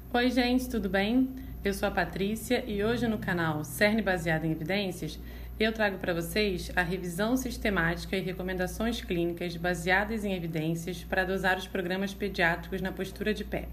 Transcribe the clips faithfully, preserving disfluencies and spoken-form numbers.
Oi gente, tudo bem? Eu sou a Patrícia e hoje no canal Cerne Baseado em Evidências eu trago para vocês a revisão sistemática e recomendações clínicas baseadas em evidências para dosar os programas pediátricos na postura de pé.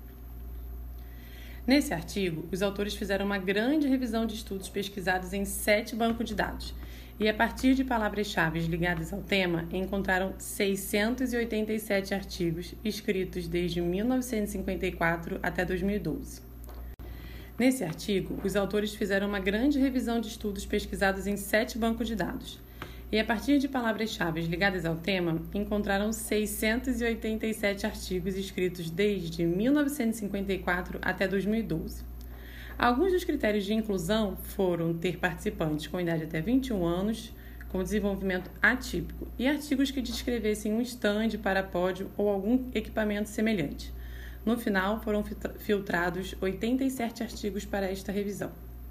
Nesse artigo, os autores fizeram uma grande revisão de estudos pesquisados em sete bancos de dados e, a partir de palavras-chave ligadas ao tema, encontraram seiscentos e oitenta e sete artigos escritos desde mil novecentos e cinquenta e quatro até dois mil e doze. Nesse artigo, os autores fizeram uma grande revisão de estudos pesquisados em sete bancos de dados e, a partir de palavras-chave ligadas ao tema, encontraram seiscentos e oitenta e sete artigos escritos desde mil novecentos e cinquenta e quatro até dois mil e doze. Alguns dos critérios de inclusão foram ter participantes com idade até vinte e um anos, com desenvolvimento atípico, e artigos que descrevessem um estande, parapódio ou algum equipamento semelhante. No final, foram filtrados oitenta e sete artigos para esta revisão.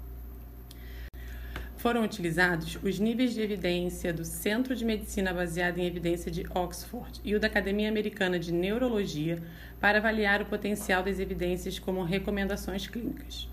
Foram utilizados os níveis de evidência do Centro de Medicina Baseada em Evidência de Oxford e o da Academia Americana de Neurologia para avaliar o potencial das evidências como recomendações clínicas.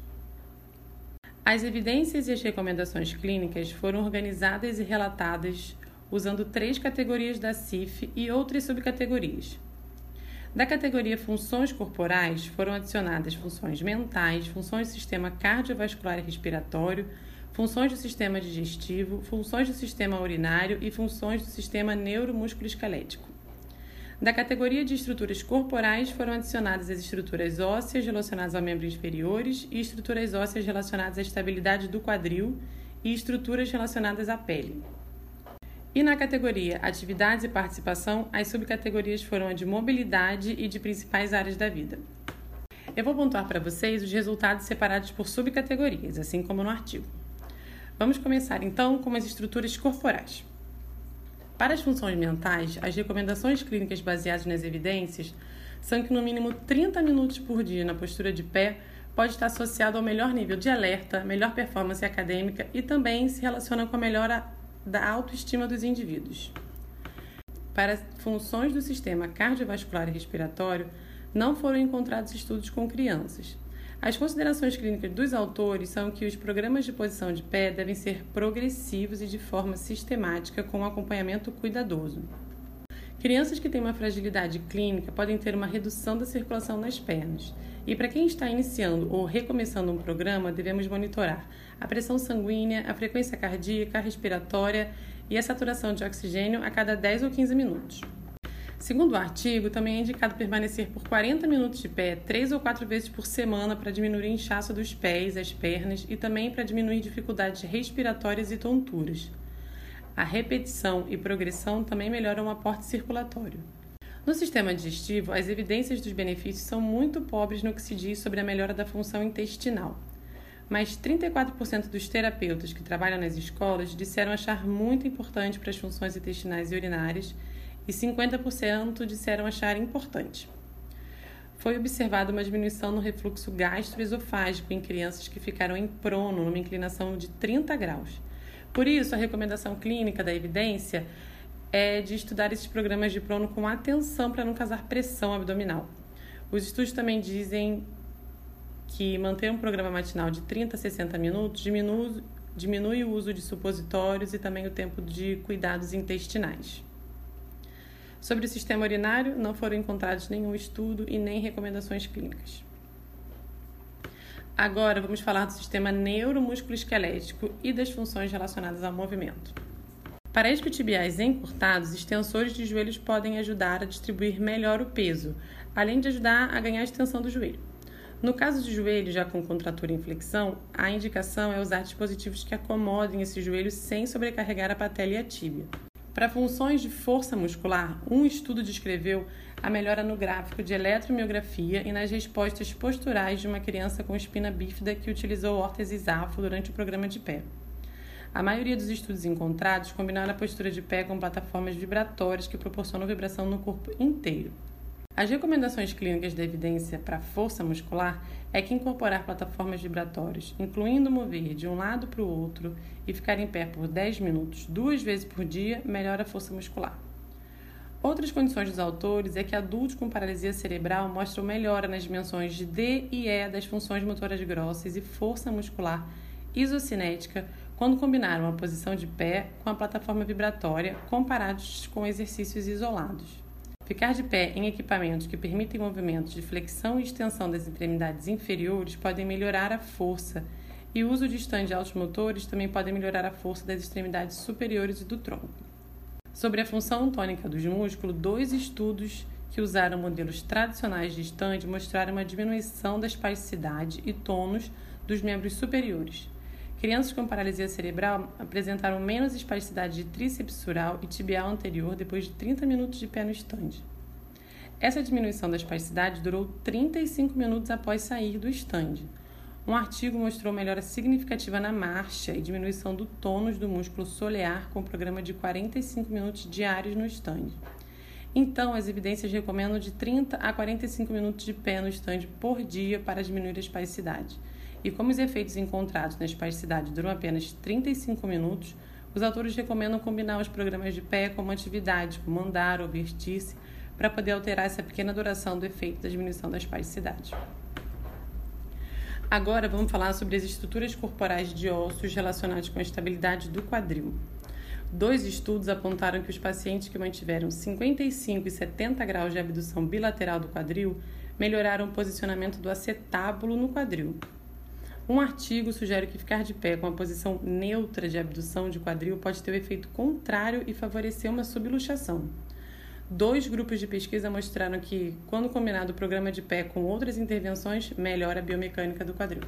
As evidências e as recomendações clínicas foram organizadas e relatadas usando três categorias da C I F e outras subcategorias. Da categoria Funções Corporais, foram adicionadas funções mentais, funções do sistema cardiovascular e respiratório, funções do sistema digestivo, funções do sistema urinário e funções do sistema neuromusculoesquelético. Da categoria de estruturas corporais, foram adicionadas as estruturas ósseas relacionadas aos membros inferiores e estruturas ósseas relacionadas à estabilidade do quadril e estruturas relacionadas à pele. E na categoria Atividades e Participação, as subcategorias foram a de mobilidade e de principais áreas da vida. Eu vou pontuar para vocês os resultados separados por subcategorias, assim como no artigo. Vamos começar então com as estruturas corporais. Para as funções mentais, as recomendações clínicas baseadas nas evidências são que no mínimo trinta minutos por dia na postura de pé pode estar associado ao melhor nível de alerta, melhor performance acadêmica e também se relaciona com a melhora da autoestima dos indivíduos. Para as funções do sistema cardiovascular e respiratório, não foram encontrados estudos com crianças. As considerações clínicas dos autores são que os programas de posição de pé devem ser progressivos e de forma sistemática, com um acompanhamento cuidadoso. Crianças que têm uma fragilidade clínica podem ter uma redução da circulação nas pernas. E para quem está iniciando ou recomeçando um programa, devemos monitorar a pressão sanguínea, a frequência cardíaca, a respiratória e a saturação de oxigênio a cada dez ou quinze minutos. Segundo o artigo, também é indicado permanecer por quarenta minutos de pé, três ou quatro vezes por semana, para diminuir o inchaço dos pés, as pernas e também para diminuir dificuldades respiratórias e tonturas. A repetição e progressão também melhoram o aporte circulatório. No sistema digestivo, as evidências dos benefícios são muito pobres no que se diz sobre a melhora da função intestinal. Mas trinta e quatro por cento dos terapeutas que trabalham nas escolas disseram achar muito importante para as funções intestinais e urinárias e cinquenta por cento disseram achar importante. Foi observada uma diminuição no refluxo gastroesofágico em crianças que ficaram em prono, numa inclinação de trinta graus. Por isso, a recomendação clínica da evidência é de estudar esses programas de prono com atenção para não causar pressão abdominal. Os estudos também dizem que manter um programa matinal de trinta a sessenta minutos diminui, diminui o uso de supositórios e também o tempo de cuidados intestinais. Sobre o sistema urinário, não foram encontrados nenhum estudo e nem recomendações clínicas. Agora, vamos falar do sistema neuromusculoesquelético e das funções relacionadas ao movimento. Para isquiotibiais encurtados, extensores de joelhos podem ajudar a distribuir melhor o peso, além de ajudar a ganhar a extensão do joelho. No caso de joelho já com contratura e inflexão, a indicação é usar dispositivos que acomodem esse joelho sem sobrecarregar a patela e a tíbia. Para funções de força muscular, um estudo descreveu a melhora no gráfico de eletromiografia e nas respostas posturais de uma criança com espina bífida que utilizou órtese Zafo durante o programa de pé. A maioria dos estudos encontrados combinaram a postura de pé com plataformas vibratórias que proporcionam vibração no corpo inteiro. As recomendações clínicas da evidência para força muscular é que incorporar plataformas vibratórias, incluindo mover de um lado para o outro e ficar em pé por dez minutos, duas vezes por dia, melhora a força muscular. Outras condições dos autores é que adultos com paralisia cerebral mostram melhora nas dimensões de D e E das funções motoras grossas e força muscular isocinética quando combinaram a posição de pé com a plataforma vibratória comparados com exercícios isolados. Ficar de pé em equipamentos que permitem movimentos de flexão e extensão das extremidades inferiores podem melhorar a força, e o uso de stand de altos motores também pode melhorar a força das extremidades superiores e do tronco. Sobre a função tônica dos músculos, dois estudos que usaram modelos tradicionais de stand mostraram uma diminuição da espasticidade e tônus dos membros superiores. Crianças com paralisia cerebral apresentaram menos espasticidade de tríceps sural e tibial anterior depois de trinta minutos de pé no stand. Essa diminuição da espasticidade durou trinta e cinco minutos após sair do stand. Um artigo mostrou melhora significativa na marcha e diminuição do tônus do músculo solear com um programa de quarenta e cinco minutos diários no stand. Então, as evidências recomendam de trinta a quarenta e cinco minutos de pé no stand por dia para diminuir a espasticidade. E como os efeitos encontrados na espasticidade duram apenas trinta e cinco minutos, os autores recomendam combinar os programas de pé com uma atividade, como andar ou vestir-se, para poder alterar essa pequena duração do efeito da diminuição da espasticidade. Agora vamos falar sobre as estruturas corporais de ossos relacionadas com a estabilidade do quadril. Dois estudos apontaram que os pacientes que mantiveram cinquenta e cinco e setenta graus de abdução bilateral do quadril melhoraram o posicionamento do acetábulo no quadril. Um artigo sugere que ficar de pé com a posição neutra de abdução de quadril pode ter o efeito contrário e favorecer uma subluxação. Dois grupos de pesquisa mostraram que, quando combinado o programa de pé com outras intervenções, melhora a biomecânica do quadril.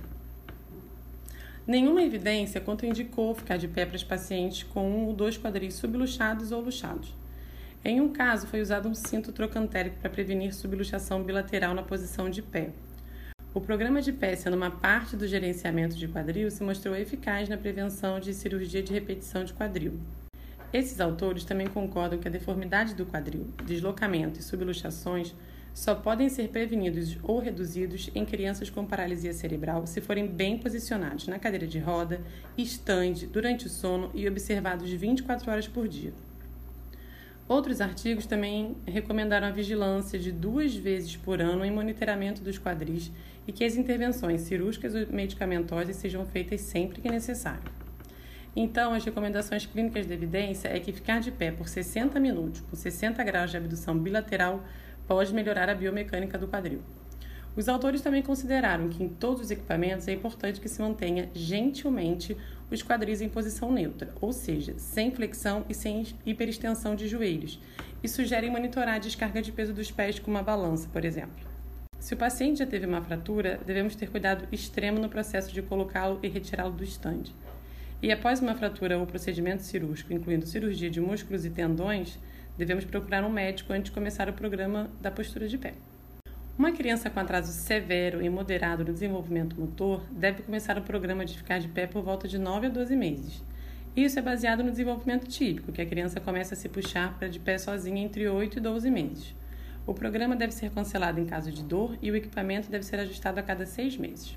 Nenhuma evidência contraindicou ficar de pé para os pacientes com um ou dois quadris subluxados ou luxados. Em um caso, foi usado um cinto trocantérico para prevenir subluxação bilateral na posição de pé. O programa de pé, sendo uma parte do gerenciamento de quadril, se mostrou eficaz na prevenção de cirurgia de repetição de quadril. Esses autores também concordam que a deformidade do quadril, deslocamento e subluxações só podem ser prevenidos ou reduzidos em crianças com paralisia cerebral se forem bem posicionados na cadeira de roda, stand, durante o sono e observados vinte e quatro horas por dia. Outros artigos também recomendaram a vigilância de duas vezes por ano em monitoramento dos quadris e que as intervenções cirúrgicas ou medicamentosas sejam feitas sempre que necessário. Então, as recomendações clínicas de evidência é que ficar de pé por sessenta minutos com sessenta graus de abdução bilateral pode melhorar a biomecânica do quadril. Os autores também consideraram que em todos os equipamentos é importante que se mantenha gentilmente os quadris em posição neutra, ou seja, sem flexão e sem hiperextensão de joelhos, e sugerem monitorar a descarga de peso dos pés com uma balança, por exemplo. Se o paciente já teve uma fratura, devemos ter cuidado extremo no processo de colocá-lo e retirá-lo do stand. E após uma fratura ou procedimento cirúrgico, incluindo cirurgia de músculos e tendões, devemos procurar um médico antes de começar o programa da postura de pé. Uma criança com atraso severo e moderado no desenvolvimento motor deve começar o programa de ficar de pé por volta de nove a doze meses. Isso é baseado no desenvolvimento típico, que a criança começa a se puxar para de pé sozinha entre oito e doze meses. O programa deve ser cancelado em caso de dor e o equipamento deve ser ajustado a cada seis meses.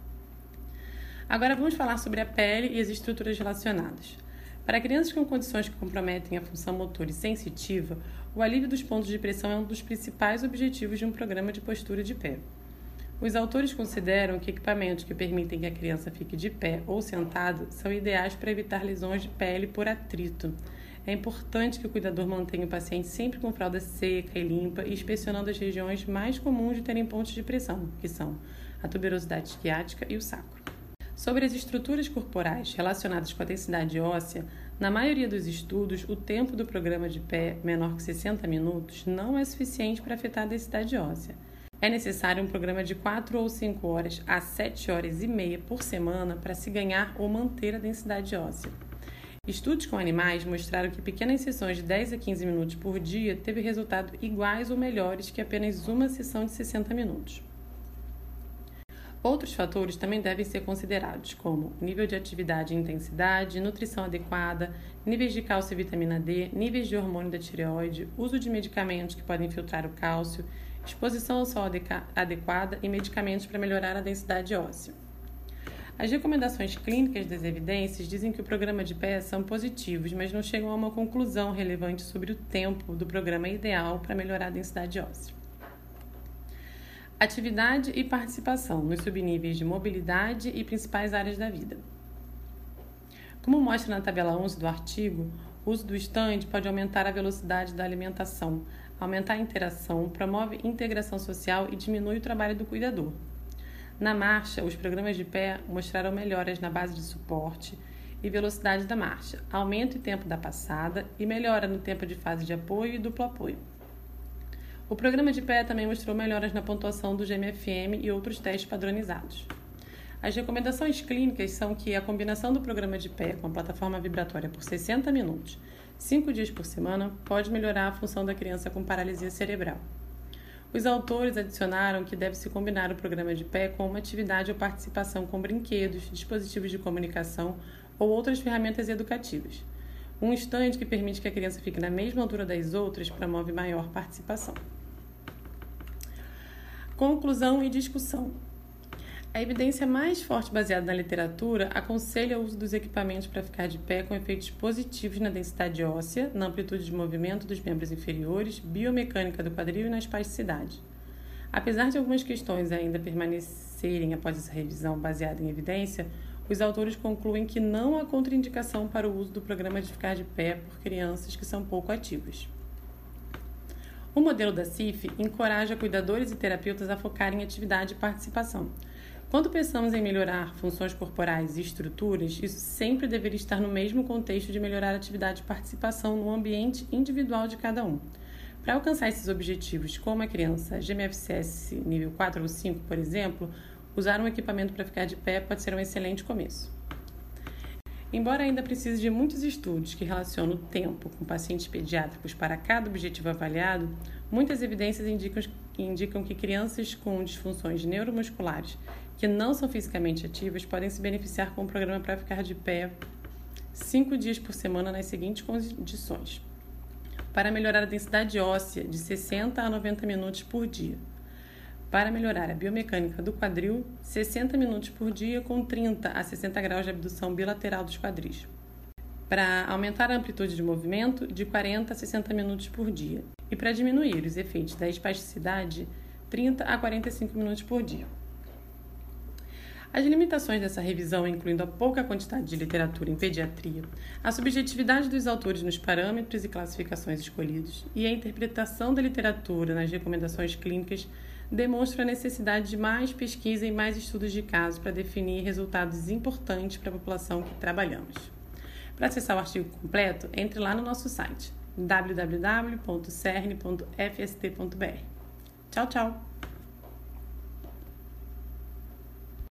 Agora vamos falar sobre a pele e as estruturas relacionadas. Para crianças com condições que comprometem a função motora e sensitiva, o alívio dos pontos de pressão é um dos principais objetivos de um programa de postura de pé. Os autores consideram que equipamentos que permitem que a criança fique de pé ou sentado são ideais para evitar lesões de pele por atrito. É importante que o cuidador mantenha o paciente sempre com fralda seca e limpa e inspecionando as regiões mais comuns de terem pontos de pressão, que são a tuberosidade isquiática e o sacro. Sobre as estruturas corporais relacionadas com a densidade óssea, na maioria dos estudos, o tempo do programa de pé, menor que sessenta minutos, não é suficiente para afetar a densidade óssea. É necessário um programa de quatro ou cinco horas a sete horas e meia por semana para se ganhar ou manter a densidade óssea. Estudos com animais mostraram que pequenas sessões de dez a quinze minutos por dia teve resultados iguais ou melhores que apenas uma sessão de sessenta minutos. Outros fatores também devem ser considerados, como nível de atividade e intensidade, nutrição adequada, níveis de cálcio e vitamina D, níveis de hormônio da tireoide, uso de medicamentos que podem filtrar o cálcio, exposição ao sol adequada e medicamentos para melhorar a densidade óssea. As recomendações clínicas das evidências dizem que o programa de pé são positivos, mas não chegam a uma conclusão relevante sobre o tempo do programa ideal para melhorar a densidade óssea. Atividade e participação nos subníveis de mobilidade e principais áreas da vida. Como mostra na tabela onze do artigo, o uso do stand pode aumentar a velocidade da alimentação, aumentar a interação, promove integração social e diminui o trabalho do cuidador. Na marcha, os programas de pé mostraram melhoras na base de suporte e velocidade da marcha, aumento e tempo da passada e melhora no tempo de fase de apoio e duplo apoio. O programa de pé também mostrou melhoras na pontuação do G M F M e outros testes padronizados. As recomendações clínicas são que a combinação do programa de pé com a plataforma vibratória por sessenta minutos, cinco dias por semana, pode melhorar a função da criança com paralisia cerebral. Os autores adicionaram que deve-se combinar o programa de pé com uma atividade ou participação com brinquedos, dispositivos de comunicação ou outras ferramentas educativas. Um stand que permite que a criança fique na mesma altura das outras promove maior participação. Conclusão e discussão. A evidência mais forte baseada na literatura aconselha o uso dos equipamentos para ficar de pé com efeitos positivos na densidade óssea, na amplitude de movimento dos membros inferiores, biomecânica do quadril e na espasticidade. Apesar de algumas questões ainda permanecerem após essa revisão baseada em evidência, os autores concluem que não há contraindicação para o uso do programa de ficar de pé por crianças que são pouco ativas. O modelo da C I F encoraja cuidadores e terapeutas a focar em atividade e participação. Quando pensamos em melhorar funções corporais e estruturas, isso sempre deveria estar no mesmo contexto de melhorar a atividade e participação no ambiente individual de cada um. Para alcançar esses objetivos com uma criança G M F C S nível quatro ou cinco, por exemplo, usar um equipamento para ficar de pé pode ser um excelente começo. Embora ainda precise de muitos estudos que relacionam o tempo com pacientes pediátricos para cada objetivo avaliado, muitas evidências indicam, indicam que crianças com disfunções neuromusculares que não são fisicamente ativas podem se beneficiar com o programa para ficar de pé cinco dias por semana nas seguintes condições. Para melhorar a densidade óssea de sessenta a noventa minutos por dia. Para melhorar a biomecânica do quadril, sessenta minutos por dia com trinta a sessenta graus de abdução bilateral dos quadris. Para aumentar a amplitude de movimento, de quarenta a sessenta minutos por dia. E para diminuir os efeitos da espasticidade, trinta a quarenta e cinco minutos por dia. As limitações dessa revisão, incluindo a pouca quantidade de literatura em pediatria, a subjetividade dos autores nos parâmetros e classificações escolhidos e a interpretação da literatura nas recomendações clínicas demonstram a necessidade de mais pesquisa e mais estudos de caso para definir resultados importantes para a população que trabalhamos. Para acessar o artigo completo, entre lá no nosso site w w w ponto cern ponto f s t ponto b r. Tchau, tchau!